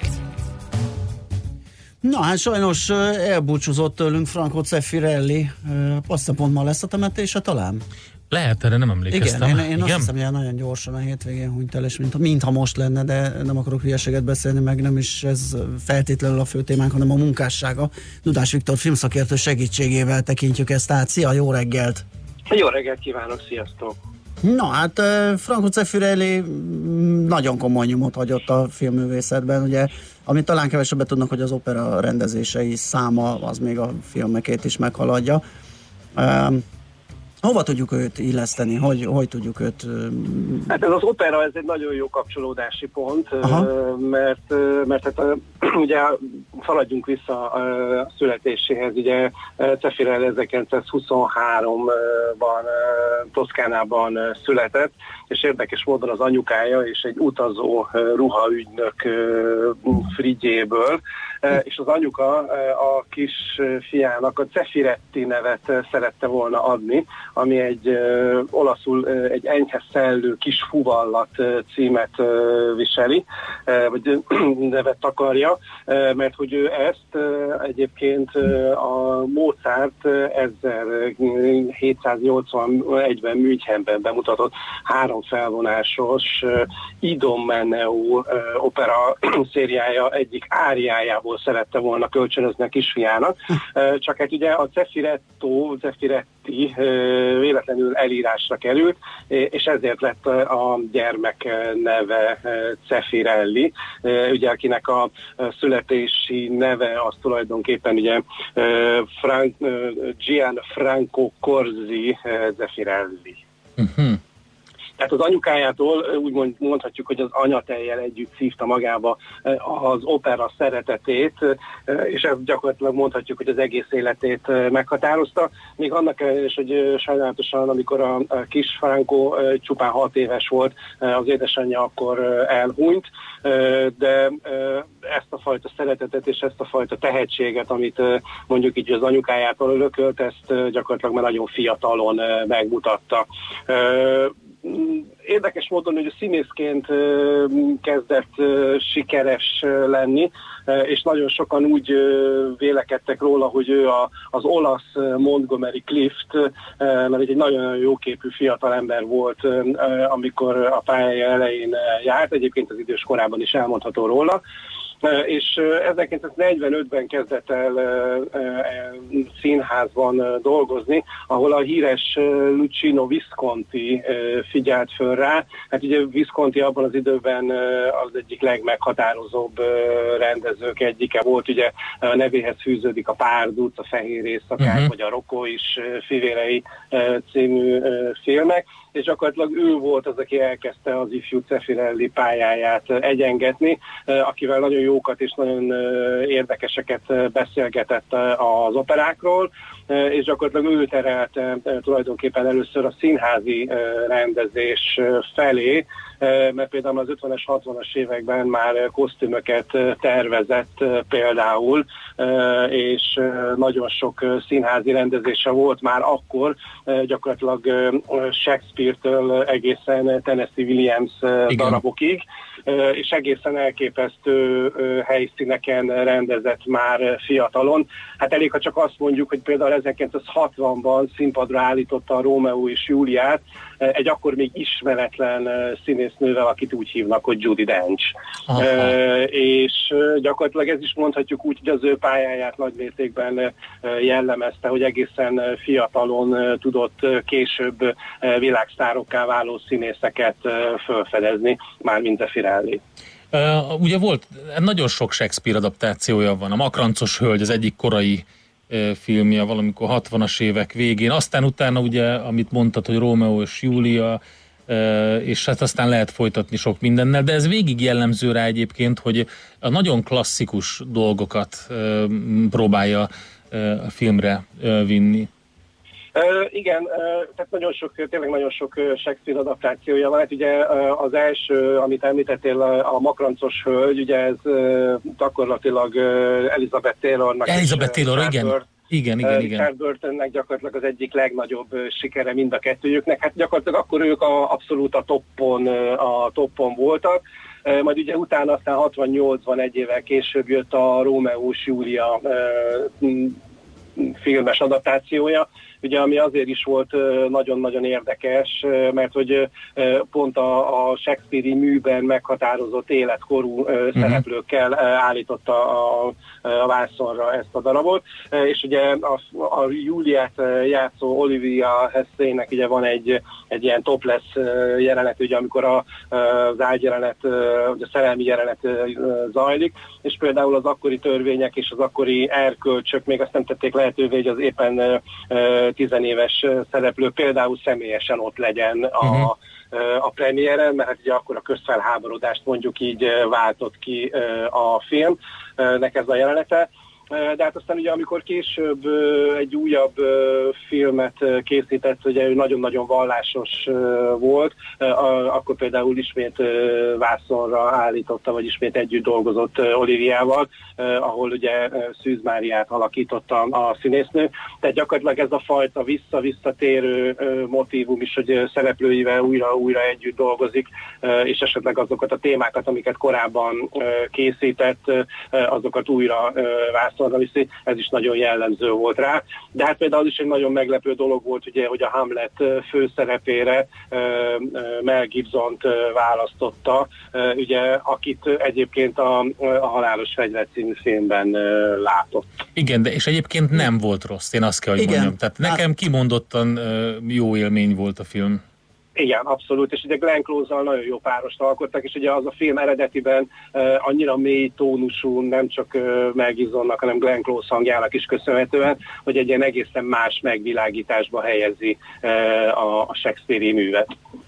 Na hát sajnos elbúcsúzott tőlünk Franco Zeffirelli. Passzapont ma lesz a temetése talán? Lehet, erre nem emlékeztem. Igen, én azt hiszem, hogy nagyon gyorsan a hétvégén hunyt el, és mintha most lenne, de nem akarok hülyeséget beszélni, meg nem is ez feltétlenül a fő témánk, hanem a munkássága. Dudás Viktor filmszakértő segítségével tekintjük ezt át. Szia, jó reggelt! Jó reggelt kívánok, sziasztok! Na hát Franco Zeffirelli nagyon komoly nyomot hagyott a filmművészetben, ugye, amit talán kevesebbet tudnak, hogy az opera rendezései száma az még a filmekét is meghaladja. Hova tudjuk őt illeszteni? Hogy tudjuk őt... Hát ez az opera, ez egy nagyon jó kapcsolódási pont, mert hát, ugye szaladjunk vissza a születéséhez. Ugye Zeffirelli 1923-ban Toszkánában született, és érdekes módon az anyukája és egy utazó ruhaügynök Frigyéből, és az anyuka a kis fiának a Zeffiretti nevet szerette volna adni, ami egy olaszul egy enyhe szellő kis fuvallat címet viseli, vagy nevet takarja, mert hogy ő ezt egyébként a Mozart 1781-ben Münchenben bemutatott 3 felvonásos Idomeneo opera szériája egyik áriájából szerette volna kölcsönözni a kisfiának. Csak hát ugye a Zeffiretti véletlenül elírásra került, és ezért lett a gyermek neve Zeffirelli, ugye akinek a születési neve az tulajdonképpen ugye Gianfranco Corsi Zeffirelli. Tehát az anyukájától úgy mondhatjuk, hogy az anyatejjel együtt szívta magába az opera szeretetét, és ezt gyakorlatilag mondhatjuk, hogy az egész életét meghatározta. Még annak ellenére is, hogy sajnálatosan, amikor a kis Franco csupán 6 éves volt, az édesanyja akkor elhunyt, de ezt a fajta szeretetet és ezt a fajta tehetséget, amit mondjuk így az anyukájától örökölt, ezt gyakorlatilag már nagyon fiatalon megmutatta. Érdekes módon, hogy a színészként kezdett sikeres lenni, és nagyon sokan úgy vélekedtek róla, hogy ő az olasz Montgomery Clift, mert egy nagyon jóképű fiatalember volt, amikor a pályája elején járt, egyébként az idős korában is elmondható róla, és 1945-ben kezdett el színházban dolgozni, ahol a híres Luchino Visconti figyelt föl rá. Hát ugye Visconti abban az időben az egyik legmeghatározóbb rendezők egyike volt, ugye a nevéhez fűződik a Párduc, a Fehér éjszakák, vagy a Rocco is fivérei című filmek, és gyakorlatilag ő volt az, aki elkezdte az ifjú Zeffirelli pályáját egyengetni, akivel nagyon jókat és nagyon érdekeseket beszélgetett az operákról, és gyakorlatilag ő terelte tulajdonképpen először a színházi rendezés felé, mert például az 50-es, 60-as években már kosztümöket tervezett például, és nagyon sok színházi rendezése volt már akkor, gyakorlatilag Shakespeare-től egészen Tennessee Williams darabokig, és egészen elképesztő helyszíneken rendezett már fiatalon. Hát elég, ha csak azt mondjuk, hogy például 1960-ban színpadra állította a Rómeó és Júliát egy akkor még ismeretlen színésznővel, akit úgy hívnak, hogy Judi Dench. És gyakorlatilag ez is mondhatjuk úgy, hogy az ő pályáját nagymértékben jellemezte, hogy egészen fiatalon tudott később világsztárokká váló színészeket felfedezni, mármint Zeffirelli. Ugye volt, nagyon sok Shakespeare adaptációja van. A Makrancos hölgy az egyik korai filmje valamikor 60-as évek végén. Aztán utána ugye, amit mondtad, hogy Rómeó és Júlia, és hát aztán lehet folytatni sok mindennel, de ez végig jellemző rá egyébként, hogy a nagyon klasszikus dolgokat próbálja a filmre vinni. Igen, tehát tényleg nagyon sok Shakespeare adaptációja van. Hát ugye az első, amit említettél, a Makrancos hölgy, ugye ez gyakorlatilag Elizabeth Taylornak. Elizabeth Taylor, igen. Richard Burtonnek gyakorlatilag az egyik legnagyobb sikere mind a kettőjüknek. Hát gyakorlatilag akkor ők abszolút a toppon voltak. Majd ugye utána aztán 68-ban egy évvel később jött a Rómeó és Júlia filmes adaptációja, ugye, ami azért is volt nagyon-nagyon érdekes, mert hogy pont a Shakespeare-i műben meghatározott életkorú szereplőkkel állította a vászonra ezt a darabot, és ugye a Júliát játszó Olivia Hesseynek ugye van egy ilyen topless jelenet, ugye, amikor az ágyjelenet, a szerelmi jelenet zajlik, és például az akkori törvények és az akkori erkölcsök még azt nem tették lehetővé, hogy az éppen tizenéves szereplő például személyesen ott legyen a premiéren, mert hát ugye akkor a közfelháborodást mondjuk így váltott ki a filmnek ez a jelenete. De hát aztán ugye amikor később egy újabb filmet készített, ugye ő nagyon-nagyon vallásos volt, akkor például ismét vászonra állította, vagy ismét együtt dolgozott Oliviával, ahol ugye Szűz Máriát alakította a színésznő. Tehát gyakorlatilag ez a fajta visszatérő motívum is, hogy szereplőivel újra együtt dolgozik, és esetleg azokat a témákat, amiket korábban készített, azokat újra vászonra viszi, ez is nagyon jellemző volt rá. De hát például az is egy nagyon meglepő dolog volt, ugye, hogy a Hamlet főszerepére Mel Gibsont választotta, ugye, akit egyébként a Halálos Fegyver című filmben látott. Igen, de és egyébként nem volt rossz, én azt kell, hogy mondjam. Tehát nekem kimondottan jó élmény volt a film. Igen, abszolút, és ugye Glenn Close-zal nagyon jó párost alkottak, és ugye az a film eredetiben annyira mély tónusú, nem csak Mel Gibsonnak, hanem Glenn Close hangjának is köszönhetően, hogy egy ilyen egészen más megvilágításba helyezi a Shakespeare-i művet.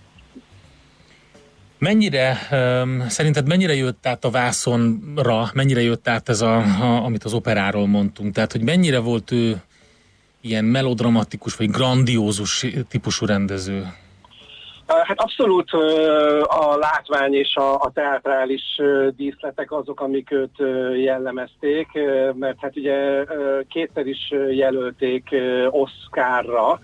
Szerinted mennyire jött át a vászonra, mennyire jött át ez amit az operáról mondtunk, tehát hogy mennyire volt ő ilyen melodramatikus vagy grandiózus típusú rendező? Hát abszolút a látvány és a teátrális díszletek azok, amik őt jellemezték, mert hát ugye kétszer is jelölték Oscarra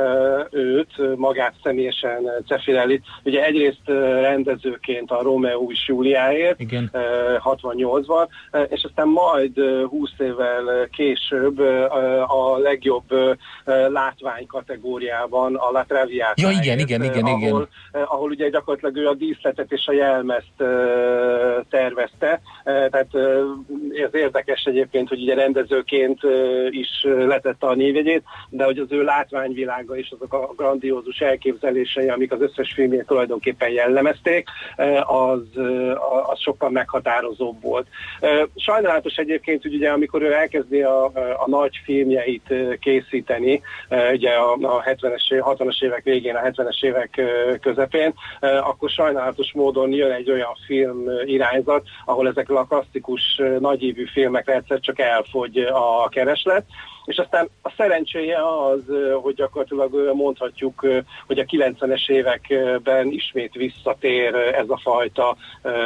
őt, magát személyesen Zeffirellit. Ugye egyrészt rendezőként a Rómeó és Júliáért 68-ban, és aztán majd 20 évvel később a legjobb látvány kategóriában a La Traviata. Ja, igen. Ahol ugye gyakorlatilag ő a díszletet és a jelmezt tervezte. Tehát ez érdekes egyébként, hogy ugye rendezőként is letette a névjegyét, de hogy az ő látványvilága és azok a grandiózus elképzelései, amik az összes filmjét tulajdonképpen jellemezték, az sokkal meghatározóbb volt. Sajnálatos egyébként, hogy ugye amikor ő elkezdi a nagy filmjeit készíteni, ugye a 60-as évek végén, a 70-es évek közepén, akkor sajnálatos módon jön egy olyan film irányzat, ahol ezekről a klasszikus nagyívű filmekre egyszer csak elfogy a kereslet, és aztán a szerencséje az, hogy gyakorlatilag mondhatjuk, hogy a 90-es években ismét visszatér ez a fajta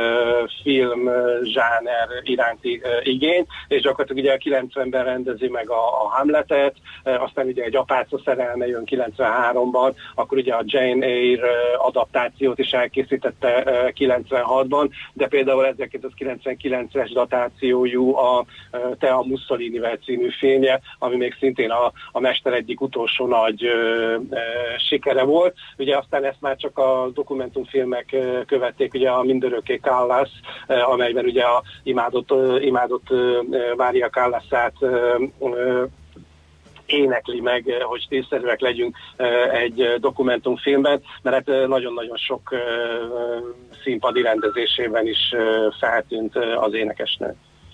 filmzsáner iránti igény, és gyakorlatilag ugye a 90-ben rendezi meg a Hamletet, aztán ugye egy Apáca szerelme jön 93-ban, akkor ugye a Jane Eyre adaptációt is elkészítette 96-ban, de például 1999-es datációjú a Tea Mussolinivel című filmje, ami még szintén a Mester egyik utolsó nagy sikere volt. Ugye aztán ezt már csak a dokumentumfilmek követték, ugye a Mindörökké Callas, amelyben ugye a imádott Mária Callasát énekli meg, hogy tényszerűek legyünk egy dokumentumfilmben, mert hát nagyon-nagyon sok színpadi rendezésében is feltűnt az énekesnő.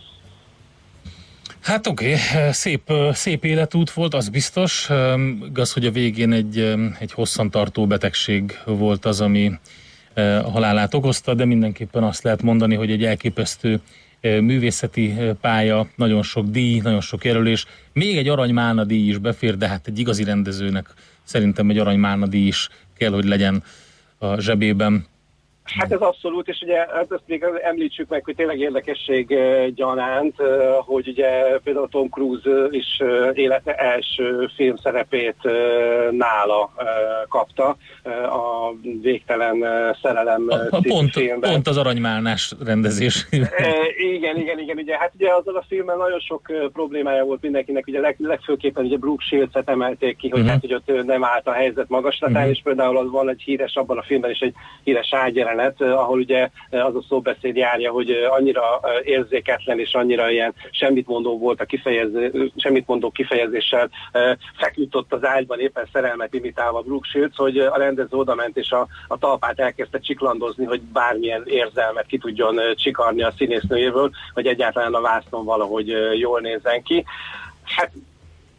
Hát oké, szép életút volt, az biztos. Igaz, hogy a végén egy hosszantartó betegség volt az, ami a halálát okozta, de mindenképpen azt lehet mondani, hogy egy elképesztő művészeti pálya, nagyon sok díj, nagyon sok jelölés, még egy Arany Málna díj is befér, de hát egy igazi rendezőnek szerintem egy Arany Málna díj is kell, hogy legyen a zsebében. Hát ez abszolút, és ugye ezt még említsük meg, hogy tényleg érdekesség gyanánt, hogy ugye például Tom Cruise is élete első filmszerepét nála kapta, a Végtelen szerelem című filmben. Pont az Aranymálnás rendezés. Igen, ugye hát ugye azzal a filmmel nagyon sok problémája volt mindenkinek, ugye legfőképpen ugye Brooke Shields-et emelték ki, hogy hát hogy ott nem állt a helyzet magaslatán, és például az van egy híres, abban a filmben is egy híres ágyjelenet, ahol ugye az a szóbeszéd járja, hogy annyira érzéketlen és annyira ilyen semmitmondó volt semmitmondó kifejezéssel feküdt ott az ágyban éppen szerelmet imitálva Brooke Shields, hogy a rendező odament és a talpát elkezdte csiklandozni, hogy bármilyen érzelmet ki tudjon csikarni a színésznőjéből, hogy egyáltalán a vásznon valahogy jól nézzen ki. Hát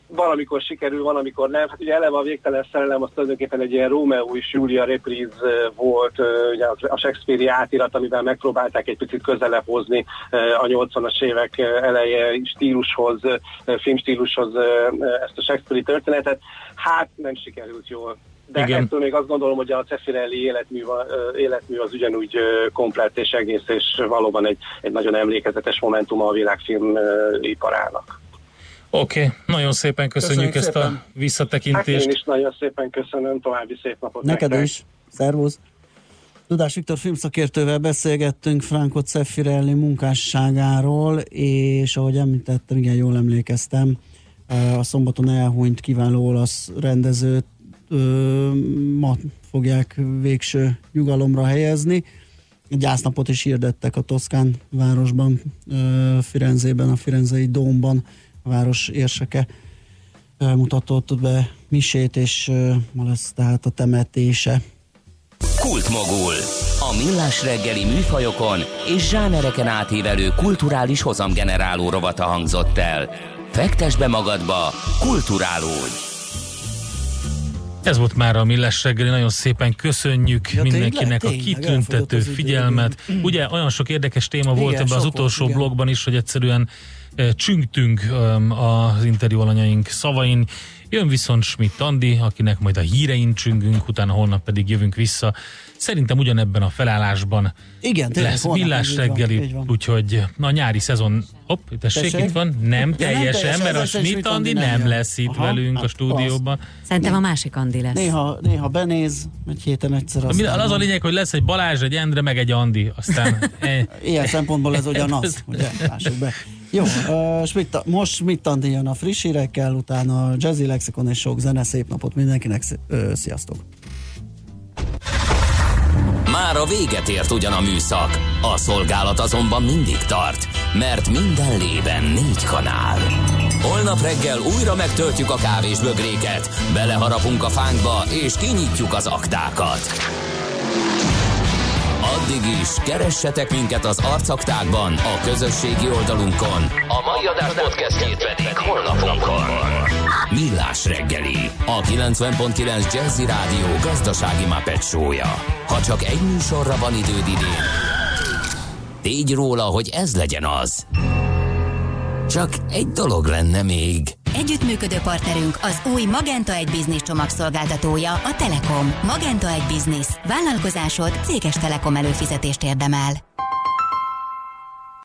valamikor sikerül, valamikor nem. Hát ugye eleve a Végtelen szerelem az tulajdonképpen egy ilyen Rómeó és Júlia repríz volt, ugye a Shakespeare-i átirat, amivel megpróbálták egy picit közelebb hozni a 80-as évek eleje stílushoz, filmstílushoz ezt a Shakespeare-i történetet. Hát nem sikerült jól. De igen. Ettől még azt gondolom, hogy a Zeffirelli életmű az ugyanúgy komplett és egész, és valóban egy nagyon emlékezetes momentuma a világfilm iparának. Oké, nagyon szépen köszönjük ezt a visszatekintést. Hát én is nagyon szépen köszönöm, további szép napot. Neked is, szervusz! Dudás Viktor filmszakértővel beszélgettünk Franco Zeffirelli munkásságáról, és ahogy említettem, igen, jól emlékeztem, a szombaton elhunyt kiváló olasz rendezőt ma fogják végső nyugalomra helyezni. Egy gyásznapot is hirdettek a Toszkán városban, Firenzében, a Firenzei Dómban. A város érseke mutatott be misét, és ma lesz tehát a temetése. Kultmogul. A millás reggeli műfajokon és zsánereken átívelő kulturális hozamgeneráló rovata hangzott el. Fektesd be magadba, kulturálódj! Ez volt már a Millás reggeli, nagyon szépen köszönjük mindenkinek a kitüntető figyelmet. Ugye olyan sok érdekes téma volt ebben az utolsó blogban is, hogy egyszerűen csüngtünk az interjú alanyaink szavain. Jön viszont Schmidt Andi, akinek majd a hírein csüngünk, utána holnap pedig jövünk vissza. Szerintem ugyanebben a felállásban lesz Millás reggeli, úgyhogy a nyári szezon, tessék, itt van, nem teljesen, mert a Schmidt Andi nem lesz itt velünk a stúdióban. Szerintem a másik Andi lesz. Néha benéz, egy héten egyszer. Az a lényeg, hogy lesz egy Balázs, egy Endre, meg egy Andi, aztán... Ilyen szempontból ez ugyanaz, ugye, lássuk be. Jó, most Schmidt Andi jön a friss hírekkel, utána Jazzy Lexikon és sok zene. Szép napot mindenkinek, sziasztok! Már a véget ért ugyan a műszak, a szolgálat azonban mindig tart, mert minden lében 4 kanál. Holnap reggel újra megtöltjük a kávésbögréket, beleharapunk a fánkba és kinyitjuk az aktákat. Addig is keressetek minket az arcaktákban, a közösségi oldalunkon. A mai adás podcastjét pedig holnapunkon. Millás reggeli, a 90.9 Jazzy Rádió gazdasági Muppet show-ja. Ha csak egy műsorra van időd idén, tégy róla, hogy ez legyen az. Csak egy dolog lenne még. Együttműködő partnerünk az új Magenta 1 Business csomagszolgáltatója, a Telekom. Magenta 1 Business. Vállalkozásod céges Telekom előfizetést érdemel.